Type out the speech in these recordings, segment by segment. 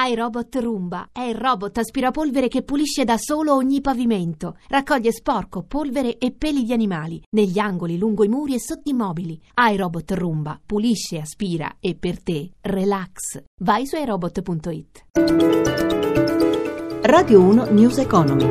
iRobot Roomba è il robot aspirapolvere che pulisce da solo ogni pavimento. Raccoglie sporco, polvere e peli di animali negli angoli, lungo i muri e sotto i mobili. iRobot Roomba pulisce, aspira e per te relax. Vai su iRobot.it. Radio 1 News Economy.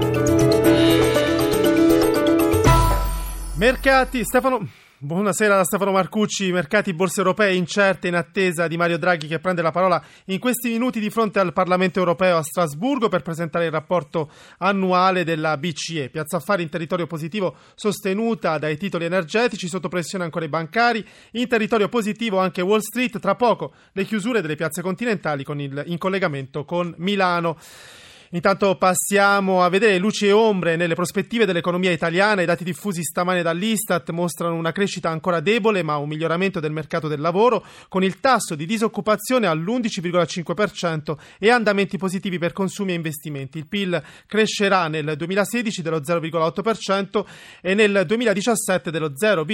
Mercati, Buonasera da Stefano Marcucci. Mercati, borse europee incerte in attesa di Mario Draghi che prende la parola in questi minuti di fronte al Parlamento europeo a Strasburgo per presentare il rapporto annuale della BCE. Piazza Affari in territorio positivo sostenuta dai titoli energetici, sotto pressione ancora i bancari, in territorio positivo anche Wall Street, tra poco le chiusure delle piazze continentali in collegamento con Milano. Intanto passiamo a vedere luci e ombre nelle prospettive dell'economia italiana. I dati diffusi stamane dall'Istat mostrano una crescita ancora debole, ma un miglioramento del mercato del lavoro, con il tasso di disoccupazione all'11,5% e andamenti positivi per consumi e investimenti. Il PIL crescerà nel 2016 dello 0,8% e nel 2017 dello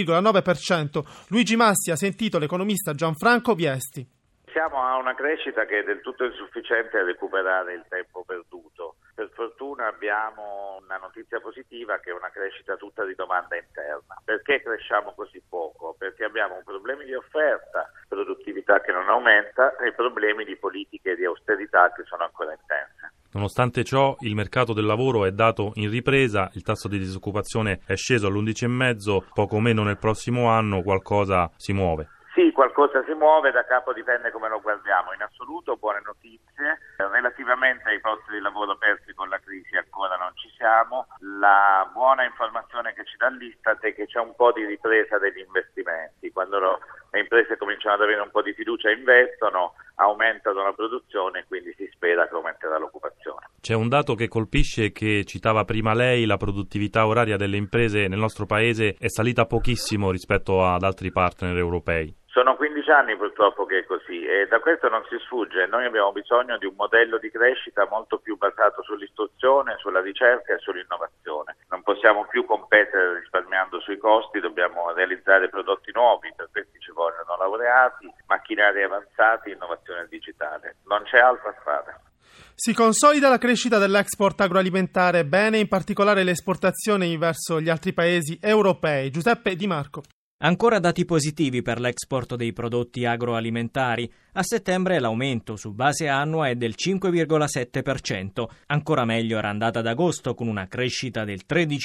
0,9%. Luigi Massi ha sentito l'economista Gianfranco Viesti. Siamo a una crescita che è del tutto insufficiente a recuperare il tempo perduto. Per fortuna abbiamo una notizia positiva che è una crescita tutta di domanda interna. Perché cresciamo così poco? Perché abbiamo problemi di offerta, produttività che non aumenta e problemi di politiche di austerità che sono ancora intense. Nonostante ciò, il mercato del lavoro è dato in ripresa, il tasso di disoccupazione è sceso all'11,5%, poco meno nel prossimo anno, qualcosa si muove. Sì, qualcosa si muove, da capo dipende come lo guardiamo. In assoluto buone notizie, relativamente ai posti di lavoro persi con la crisi ancora non ci siamo. La buona informazione che ci dà l'Istat è che c'è un po' di ripresa degli investimenti. Quando le imprese cominciano ad avere un po' di fiducia e investono, aumentano la produzione e quindi si spera che aumenterà l'occupazione. C'è un dato che colpisce, che citava prima lei: la produttività oraria delle imprese nel nostro paese è salita pochissimo rispetto ad altri partner europei. Sono 15 anni purtroppo che è così e da questo non si sfugge. Noi abbiamo bisogno di un modello di crescita molto più basato sull'istruzione, sulla ricerca e sull'innovazione. Non possiamo più competere risparmiando sui costi, dobbiamo realizzare prodotti nuovi, per questi ci vogliono laureati, macchinari avanzati, innovazione digitale. Non c'è altra strada. Si consolida la crescita dell'export agroalimentare, bene in particolare le esportazioni verso gli altri paesi europei. Giuseppe Di Marco. Ancora dati positivi per l'export dei prodotti agroalimentari. A settembre l'aumento su base annua è del 5,7%. Ancora meglio era andata ad agosto con una crescita del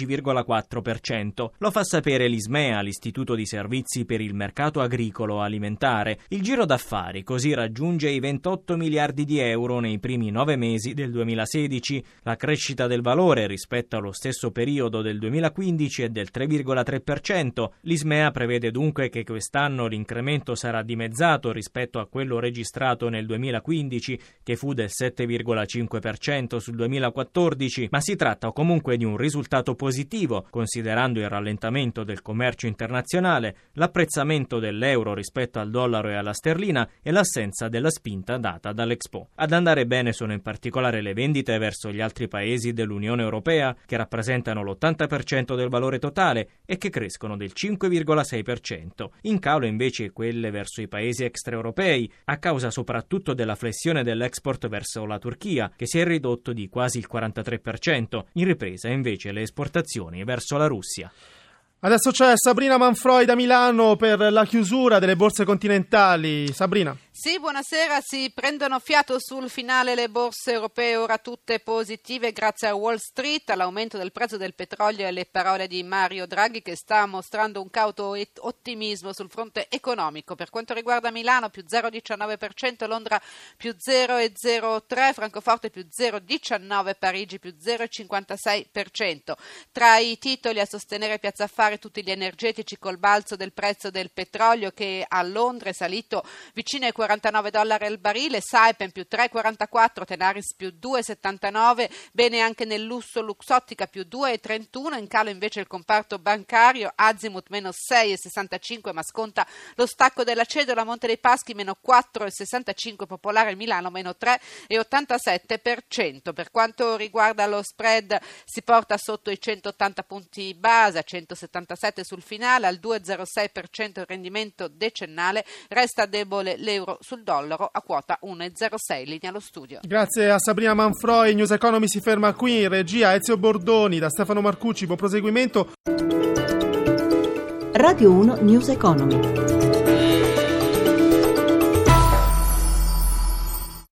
13,4%. Lo fa sapere l'ISMEA, l'Istituto di Servizi per il Mercato Agricolo Alimentare. Il giro d'affari così raggiunge i 28 miliardi di euro nei primi 9 mesi del 2016. La crescita del valore rispetto allo stesso periodo del 2015 è del 3,3%. L'ISMEA prevede dunque che quest'anno l'incremento sarà dimezzato rispetto a quello registrato nel 2015, che fu del 7,5% sul 2014, ma si tratta comunque di un risultato positivo, considerando il rallentamento del commercio internazionale, l'apprezzamento dell'euro rispetto al dollaro e alla sterlina e l'assenza della spinta data dall'Expo. Ad andare bene sono in particolare le vendite verso gli altri paesi dell'Unione Europea, che rappresentano l'80% del valore totale e che crescono del 5,6%. In calo invece quelle verso i paesi extraeuropei, a causa soprattutto della flessione dell'export verso la Turchia, che si è ridotto di quasi il 43%, in ripresa invece le esportazioni verso la Russia. Adesso c'è Sabrina Manfroi da Milano per la chiusura delle borse continentali. Sabrina. Sì, buonasera. Si prendono fiato sul finale le borse europee, ora tutte positive grazie a Wall Street, all'aumento del prezzo del petrolio e alle parole di Mario Draghi, che sta mostrando un cauto ottimismo sul fronte economico. Per quanto riguarda Milano più 0,19%, Londra più 0,03%, Francoforte più 0,19%, Parigi più 0,56%. Tra i titoli a sostenere Piazza Affari tutti gli energetici, col balzo del prezzo del petrolio che a Londra è salito vicino ai $49 al barile, Saipem più 3,44, Tenaris più 2,79, bene anche nel lusso Luxottica più 2,31, in calo invece il comparto bancario, Azimut meno 6,65 ma sconta lo stacco della cedola, Monte dei Paschi meno 4,65, Popolare Milano meno 3,87%. Per quanto riguarda lo spread si porta sotto i 180 punti base a 177 sul finale, al 2,06% il rendimento decennale, resta debole l'euro euro sul dollaro a quota 1,06. Linea allo studio. Grazie a Sabrina Manfroi. News Economy si ferma qui. In regia Ezio Bordoni, da Stefano Marcucci. Buon proseguimento. Radio 1 News Economy.